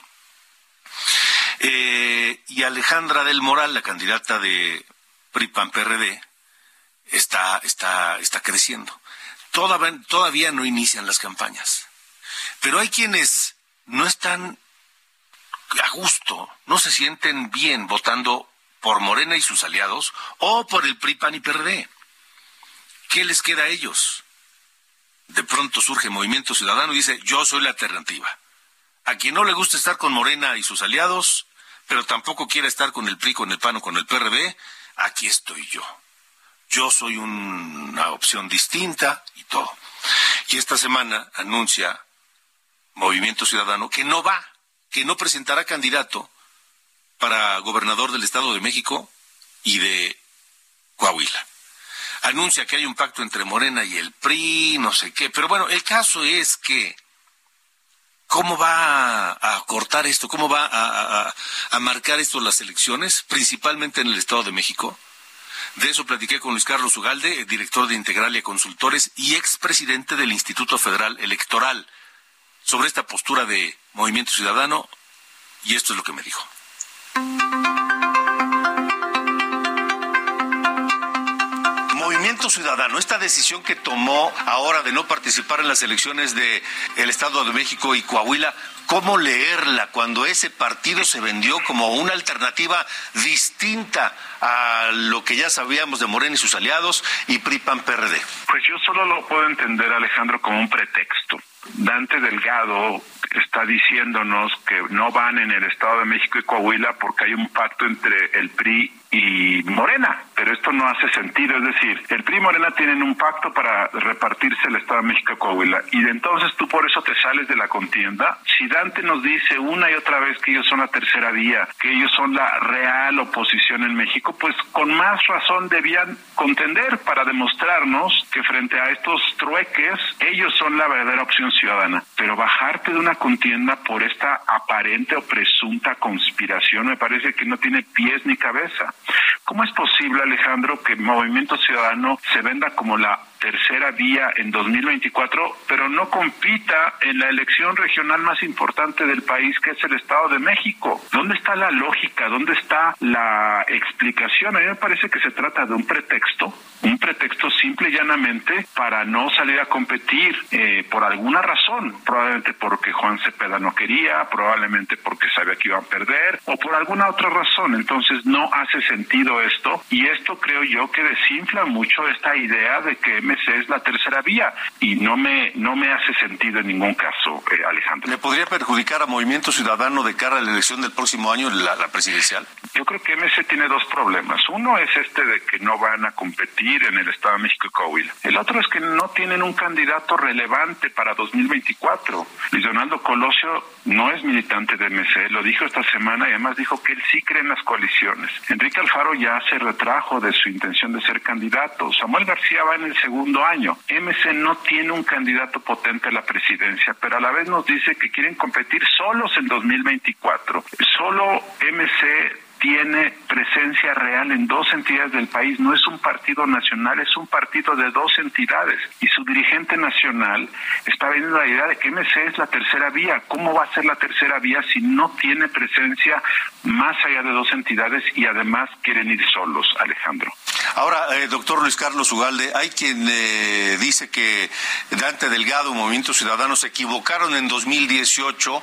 Y Alejandra del Moral, la candidata de PRI-PAN-PRD, está creciendo. Todavía no inician las campañas, pero hay quienes no están a gusto, no se sienten bien votando por Morena y sus aliados o por el PRI, PAN y PRD. ¿Qué les queda a ellos? De pronto surge Movimiento Ciudadano y dice: yo soy la alternativa. A quien no le gusta estar con Morena y sus aliados, pero tampoco quiere estar con el PRI, con el PAN o con el PRD, aquí estoy yo. Yo soy una opción distinta y todo. Y esta semana anuncia Movimiento Ciudadano que no presentará candidato para gobernador del Estado de México y de Coahuila. Anuncia que hay un pacto entre Morena y el PRI, no sé qué. Pero bueno, el caso es que ¿cómo va a cortar esto? ¿Cómo va a marcar esto las elecciones, principalmente en el Estado de México? De eso platiqué con Luis Carlos Ugalde, director de Integralia Consultores y expresidente del Instituto Federal Electoral, sobre esta postura de Movimiento Ciudadano, y esto es lo que me dijo. Movimiento Ciudadano, esta decisión que tomó ahora de no participar en las elecciones del Estado de México y Coahuila, ¿cómo leerla cuando ese partido se vendió como una alternativa distinta a lo que ya sabíamos de Morena y sus aliados y PRI-PAN-PRD? Pues yo solo lo puedo entender, Alejandro, como un pretexto. Dante Delgado está diciéndonos que no van en el Estado de México y Coahuila porque hay un pacto entre el PRI y Morena, pero esto no hace sentido. Es decir, el PRI y Morena tienen un pacto para repartirse el Estado de México y Coahuila, y de entonces tú por eso te sales de la contienda. Si Dante nos dice una y otra vez que ellos son la tercera vía, que ellos son la real oposición en México, pues con más razón debían contender para demostrarnos que frente a estos trueques ellos son la verdadera opción ciudadana. Pero bajarte de una contienda por esta aparente o presunta conspiración me parece que no tiene pies ni cabeza. ¿Cómo es posible, Alejandro, que Movimiento Ciudadano se venda como la tercera vía en 2024, pero no compita en la elección regional más importante del país, que es el Estado de México. ¿Dónde está la lógica? ¿Dónde está la explicación? A mí me parece que se trata de un pretexto simple y llanamente para no salir a competir por alguna razón, probablemente porque Juan Cepeda no quería, probablemente porque sabía que iban a perder, o por alguna otra razón. Entonces no hace sentido esto, y esto creo yo que desinfla mucho esta idea de que MC es la tercera vía, y no me hace sentido en ningún caso, Alejandro. ¿Le podría perjudicar a Movimiento Ciudadano de cara a la elección del próximo año, la presidencial? Yo creo que MC tiene dos problemas. Uno es de que no van a competir en el Estado de México y Coahuila. El otro es que no tienen un candidato relevante para 2024. Luis Donaldo Colosio no es militante de MC, lo dijo esta semana, y además dijo que él sí cree en las coaliciones. Enrique Alfaro ya se retrajo de su intención de ser candidato. Samuel García va en el segundo año. MC no tiene un candidato potente a la presidencia, pero a la vez nos dice que quieren competir solos en 2024. Solo MC tiene presencia real en dos entidades del país. No es un partido nacional, es un partido de dos entidades, y su dirigente nacional está viendo la idea de que MC es la tercera vía. ¿Cómo va a ser la tercera vía si no tiene presencia más allá de dos entidades y además quieren ir solos, Alejandro? Ahora, doctor Luis Carlos Ugalde, hay quien dice que Dante Delgado, Movimiento Ciudadano, se equivocaron en 2018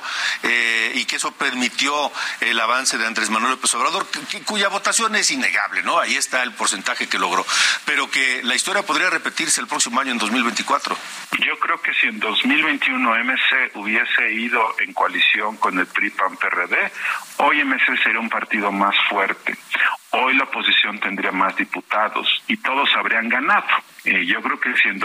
y que eso permitió el avance de Andrés Manuel López Obrador, cuya votación es innegable, ¿no? Ahí está el porcentaje que logró, pero que la historia podría repetirse el próximo año, en 2024. Yo creo que si en 2021 MC hubiese ido en coalición con el PRI, PAN, PRD, hoy MC sería un partido más fuerte. Hoy la oposición tendría más diputados y todos habrían ganado. Yo creo que si en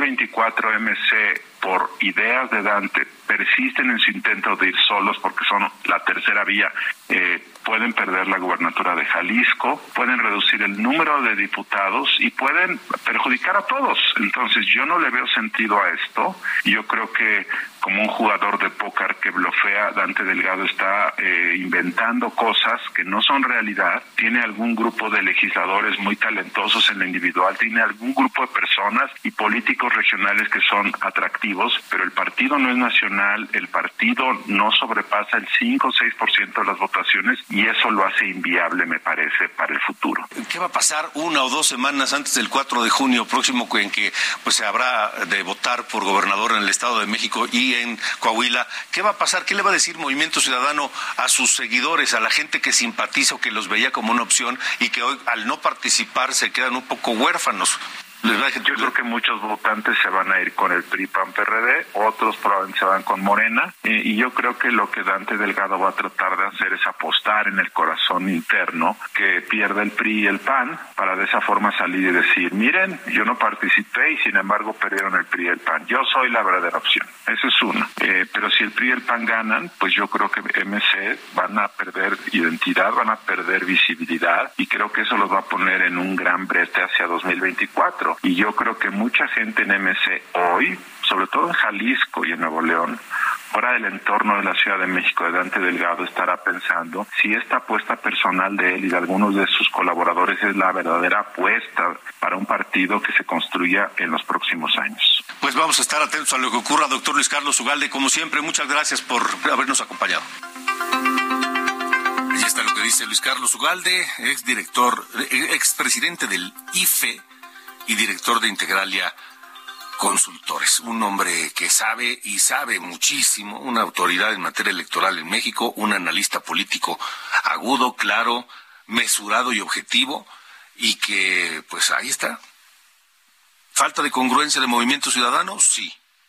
2024 MC, por ideas de Dante, persisten en su intento de ir solos porque son la tercera vía, pueden perder la gubernatura de Jalisco, pueden reducir el número de diputados y pueden perjudicar a todos. Entonces yo no le veo sentido a esto. Yo creo que como un jugador de póker que blofea, Dante Delgado está inventando cosas que no son realidad. Tiene algún grupo de legisladores muy talentosos en lo individual, tiene algún grupo de personas y políticos regionales que son atractivos, pero el partido no es nacional, el partido no sobrepasa el 5 o 6% de las votaciones, y eso lo hace inviable, me parece, para el futuro. ¿Qué va a pasar 1 o 2 semanas antes del 4 de junio próximo, en que pues se habrá de votar por gobernador en el Estado de México y en Coahuila? ¿Qué va a pasar? ¿Qué le va a decir Movimiento Ciudadano a sus seguidores, a la gente que simpatiza o que los veía como una opción y que hoy, al no participar, se quedan un poco huérfanos? Yo creo que muchos votantes se van a ir con el PRI, PAN, PRD, otros probablemente se van con Morena, y yo creo que lo que Dante Delgado va a tratar de hacer es apostar en el corazón interno que pierda el PRI y el PAN, para de esa forma salir y decir, miren, yo no participé y sin embargo perdieron el PRI y el PAN, yo soy la verdadera opción. Eso es uno. Pero si el PRI y el PAN ganan, pues yo creo que MC van a perder identidad, van a perder visibilidad, y creo que eso los va a poner en un gran brete hacia 2024. Y yo creo que mucha gente en MC hoy, sobre todo en Jalisco y en Nuevo León, fuera del entorno de la Ciudad de México de Dante Delgado, estará pensando si esta apuesta personal de él y de algunos de sus colaboradores es la verdadera apuesta para un partido que se construya en los próximos años. Pues vamos a estar atentos a lo que ocurra, doctor Luis Carlos Ugalde. Como siempre, muchas gracias por habernos acompañado. Ahí está lo que dice Luis Carlos Ugalde, expresidente del IFE y director de Integralia Consultores, un hombre que sabe muchísimo, una autoridad en materia electoral en México, un analista político agudo, claro, mesurado y objetivo, y que pues ahí está. ¿Falta de congruencia de Movimiento Ciudadano? Sí.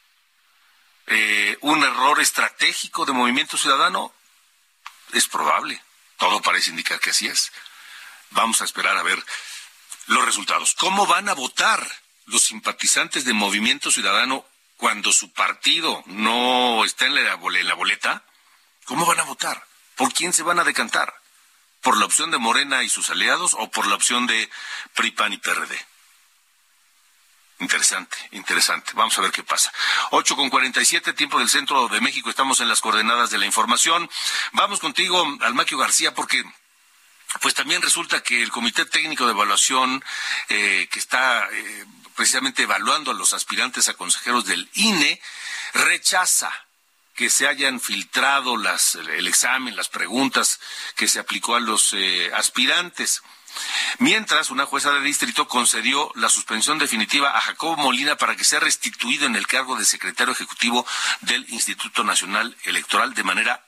¿Un error estratégico de Movimiento Ciudadano? Es probable. Todo parece indicar que así es. Vamos a esperar a ver los resultados. ¿Cómo van a votar los simpatizantes de Movimiento Ciudadano cuando su partido no está en la boleta? ¿Cómo van a votar? ¿Por quién se van a decantar? ¿Por la opción de Morena y sus aliados o por la opción de PRI, PAN y PRD? Interesante. Vamos a ver qué pasa. 8:47, tiempo del centro de México. Estamos en las coordenadas de la información. Vamos contigo, Almaquio García, porque pues también resulta que el Comité Técnico de Evaluación que está precisamente evaluando a los aspirantes a consejeros del INE, rechaza que se hayan filtrado el examen, las preguntas que se aplicó a los aspirantes. Mientras, una jueza de distrito concedió la suspensión definitiva a Jacobo Molina para que sea restituido en el cargo de secretario ejecutivo del Instituto Nacional Electoral de manera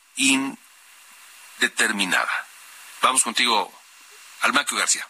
indeterminada. Vamos contigo, Almaquio García.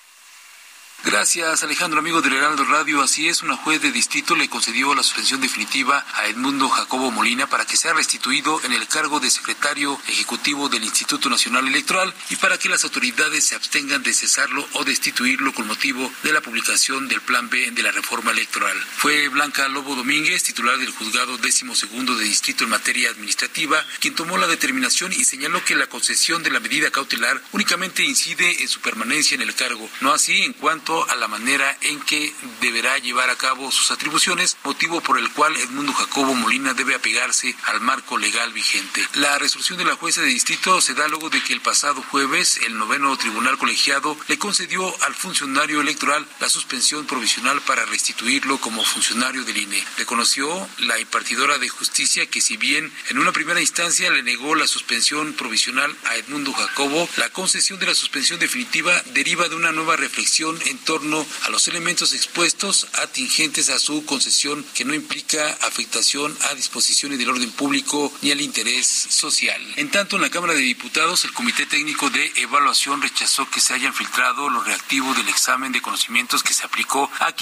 Gracias, Alejandro, amigo del Heraldo Radio. Así es, una juez de distrito le concedió la suspensión definitiva a Edmundo Jacobo Molina para que sea restituido en el cargo de secretario ejecutivo del Instituto Nacional Electoral y para que las autoridades se abstengan de cesarlo o destituirlo con motivo de la publicación del Plan B de la reforma electoral. Fue Blanca Lobo Domínguez, titular del Juzgado 12º de Distrito en materia administrativa, quien tomó la determinación y señaló que la concesión de la medida cautelar únicamente incide en su permanencia en el cargo, no así en cuanto a la manera en que deberá llevar a cabo sus atribuciones, motivo por el cual Edmundo Jacobo Molina debe apegarse al marco legal vigente. La resolución de la jueza de distrito se da luego de que el pasado jueves el 9º Tribunal Colegiado le concedió al funcionario electoral la suspensión provisional para restituirlo como funcionario del INE. Reconoció la impartidora de justicia que si bien en una primera instancia le negó la suspensión provisional a Edmundo Jacobo, la concesión de la suspensión definitiva deriva de una nueva reflexión en torno a los elementos expuestos atingentes a su concesión que no implica afectación a disposiciones del orden público ni al interés social. En tanto, en la Cámara de Diputados, el Comité Técnico de Evaluación rechazó que se hayan filtrado los reactivos del examen de conocimientos que se aplicó a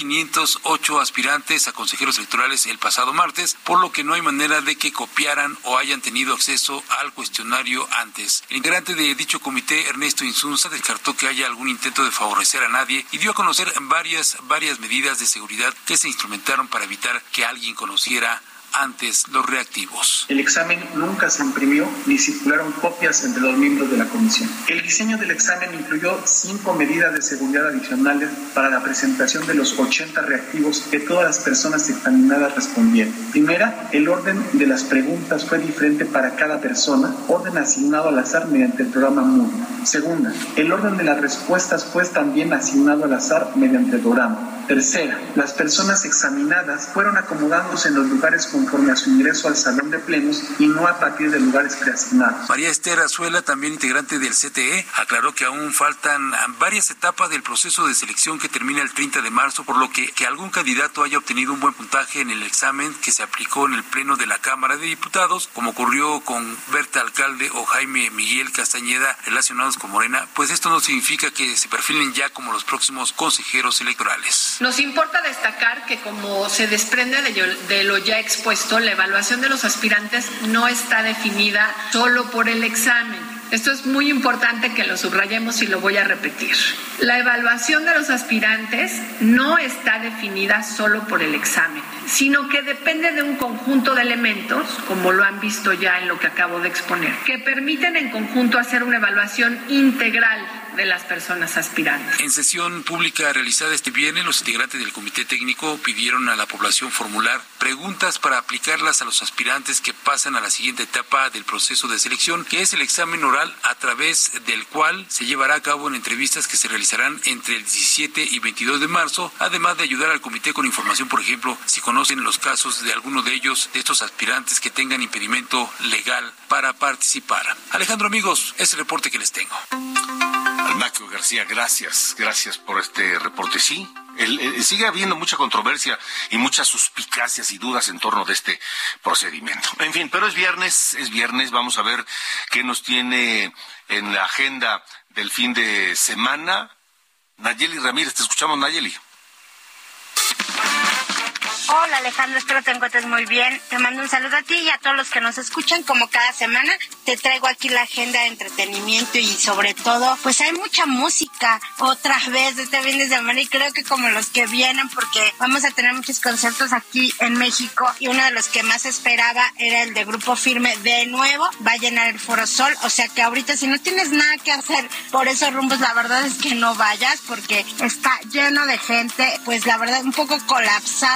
508 aspirantes a consejeros electorales el pasado martes, por lo que no hay manera de que copiaran o hayan tenido acceso al cuestionario antes. El integrante de dicho comité, Ernesto Insunza, descartó que haya algún intento de favorecer a nadie y dio a conocer varias medidas de seguridad que se instrumentaron para evitar que alguien conociera antes los reactivos. El examen nunca se imprimió ni circularon copias entre los miembros de la comisión. El diseño del examen incluyó 5 medidas de seguridad adicionales para la presentación de los 80 reactivos que todas las personas examinadas respondieron. Primera, el orden de las preguntas fue diferente para cada persona, orden asignado al azar mediante el programa Moodle. Segunda, el orden de las respuestas fue también asignado al azar mediante el programa. Tercera, las personas examinadas fueron acomodándose en los lugares conforme a su ingreso al salón de plenos y no a partir de lugares preasignados. María Esther Azuela, también integrante del CTE, aclaró que aún faltan varias etapas del proceso de selección que termina el 30 de marzo, por lo que algún candidato haya obtenido un buen puntaje en el examen que se aplicó en el Pleno de la Cámara de Diputados, como ocurrió con Berta Alcalde o Jaime Miguel Castañeda relacionados con Morena, pues esto no significa que se perfilen ya como los próximos consejeros electorales. Nos importa destacar que, como se desprende de lo ya expuesto, la evaluación de los aspirantes no está definida solo por el examen. Esto es muy importante que lo subrayemos y lo voy a repetir. La evaluación de los aspirantes no está definida solo por el examen, sino que depende de un conjunto de elementos, como lo han visto ya en lo que acabo de exponer, que permiten en conjunto hacer una evaluación integral de las personas aspirantes. En sesión pública realizada este viernes, los integrantes del Comité Técnico pidieron a la población formular preguntas para aplicarlas a los aspirantes que pasan a la siguiente etapa del proceso de selección, que es el examen oral, a través del cual se llevará a cabo en entrevistas que se realizarán entre el 17 y 22 de marzo, además de ayudar al comité con información, por ejemplo, si conocen los casos de alguno de ellos, de estos aspirantes que tengan impedimento legal para participar. Alejandro, amigos, es el reporte que les tengo. Almaquio García, gracias por este reporte. Sí, sigue habiendo mucha controversia y muchas suspicacias y dudas en torno de este procedimiento. En fin, pero es viernes, vamos a ver qué nos tiene en la agenda del fin de semana. Nayeli Ramírez, te escuchamos, Nayeli. Hola Alejandro, espero te encuentres muy bien. Te mando un saludo a ti y a todos los que nos escuchan. Como cada semana te traigo aquí la agenda de entretenimiento y sobre todo, pues hay mucha música otra vez este fin de semana y creo que como los que vienen, porque vamos a tener muchos conciertos aquí en México y uno de los que más esperaba era el de Grupo Firme. De nuevo va a llenar el Foro Sol, o sea que ahorita si no tienes nada que hacer por esos rumbos, la verdad es que no vayas porque está lleno de gente, pues la verdad un poco colapsada la zona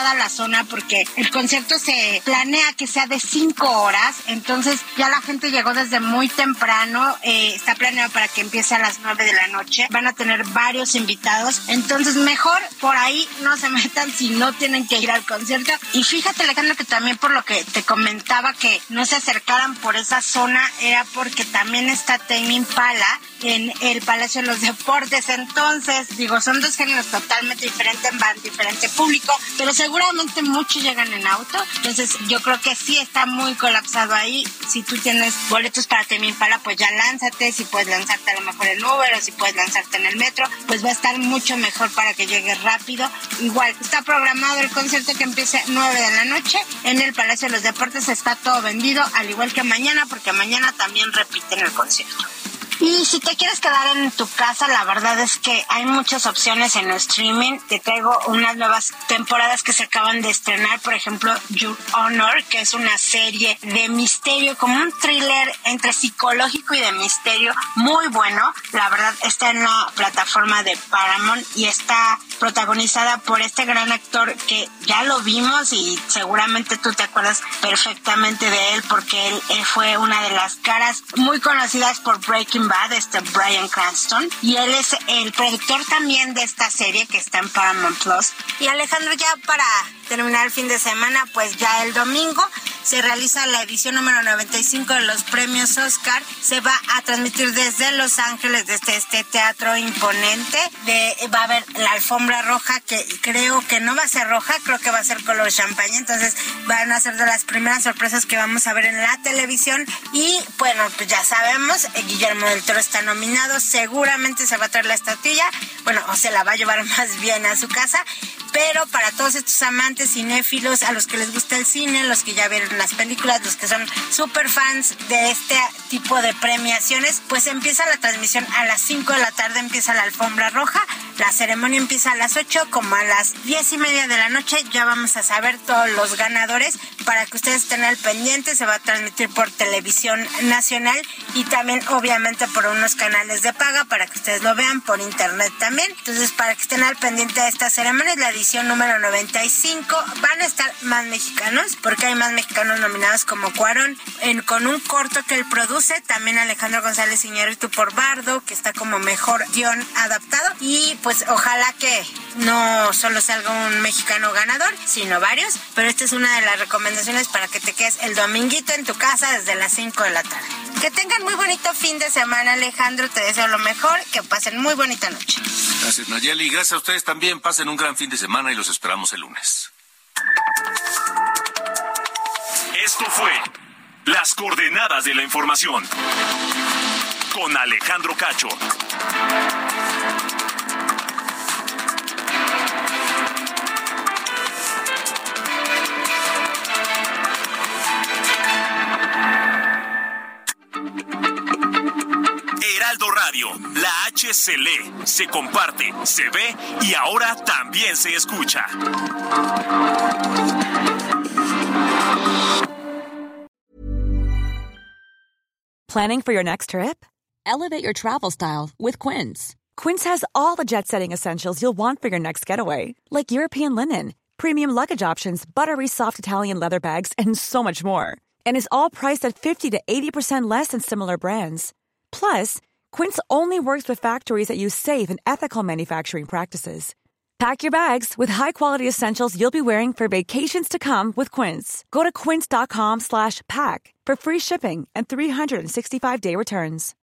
zona porque el concierto se planea que sea de 5 horas, entonces ya la gente llegó desde muy temprano, está planeado para que empiece a las 9 de la noche, van a tener varios invitados, entonces mejor por ahí no se metan si no tienen que ir al concierto. Y fíjate, Alejandro, que también por lo que te comentaba que no se acercaran por esa zona era porque también está Tame Impala en el Palacio de los Deportes, entonces digo, son dos géneros totalmente diferentes, van diferente público, pero seguramente muchos llegan en auto, entonces yo creo que sí está muy colapsado ahí. Si tú tienes boletos para Tame Impala, pues ya lánzate, si puedes lanzarte a lo mejor en Uber o si puedes lanzarte en el metro, pues va a estar mucho mejor para que llegues rápido. Igual está programado el concierto que empiece 9 de la noche en el Palacio de los Deportes, está todo vendido, al igual que mañana, porque mañana también repiten el concierto. Y si te quieres quedar en tu casa, la verdad es que hay muchas opciones en el streaming. Te traigo unas nuevas temporadas que se acaban de estrenar, por ejemplo, Your Honor, que es una serie de misterio, como un thriller entre psicológico y de misterio, muy bueno. La verdad está en la plataforma de Paramount y está protagonizada por este gran actor que ya lo vimos y seguramente tú te acuerdas perfectamente de él porque él fue una de las caras muy conocidas por Breaking Bad, Bryan Cranston, y él es el productor también de esta serie que está en Paramount Plus. Y Alejandro, ya para terminar el fin de semana, pues ya el domingo se realiza la edición número 95 de los premios Oscar. Se va a transmitir desde Los Ángeles, desde este teatro imponente. Va a haber la alfombra roja, que creo que no va a ser roja, creo que va a ser color champaña. Entonces van a ser de las primeras sorpresas que vamos a ver en la televisión. Y bueno, pues ya sabemos, Guillermo del Toro está nominado. Seguramente se va a traer la estatuilla, bueno, o se la va a llevar más bien a su casa. Pero para todos estos amantes cinéfilos, a los que les gusta el cine, los que ya vieron las películas, los que son súper fans de este tipo de premiaciones, pues empieza la transmisión a las 5 de la tarde, empieza la alfombra roja, la ceremonia empieza a las 8, como a las 10:30 de la noche ya vamos a saber todos los ganadores para que ustedes estén al pendiente. Se va a transmitir por Televisión Nacional y también obviamente por unos canales de paga para que ustedes lo vean por internet también. Entonces, para que estén al pendiente de esta ceremonia, la edición número 95, van a estar más mexicanos, porque hay más mexicanos nominados como Cuarón, con un corto que él produce, también Alejandro González Iñárritu por Bardo, que está como mejor guión adaptado, y pues ojalá que no solo salga un mexicano ganador, sino varios, pero esta es una de las recomendaciones para que te quedes el dominguito en tu casa desde las 5 de la tarde. Que tengan muy bonito fin de semana, Alejandro, te deseo lo mejor, que pasen muy bonita noche. Gracias, Nayeli, gracias a ustedes también, pasen un gran fin de semana y los esperamos el lunes. Esto fue Las Coordenadas de la Información con Alejandro Cacho. Heraldo Radio, la H se lee, se comparte, se ve y ahora también se escucha. Planning for your next trip? Elevate your travel style with Quince. Quince has all the jet-setting essentials you'll want for your next getaway, like European linen, premium luggage options, buttery soft Italian leather bags, and so much more. And is all priced at 50 to 80% less than similar brands. Plus, Quince only works with factories that use safe and ethical manufacturing practices. Pack your bags with high-quality essentials you'll be wearing for vacations to come with Quince. Go to quince.com/pack for free shipping and 365-day returns.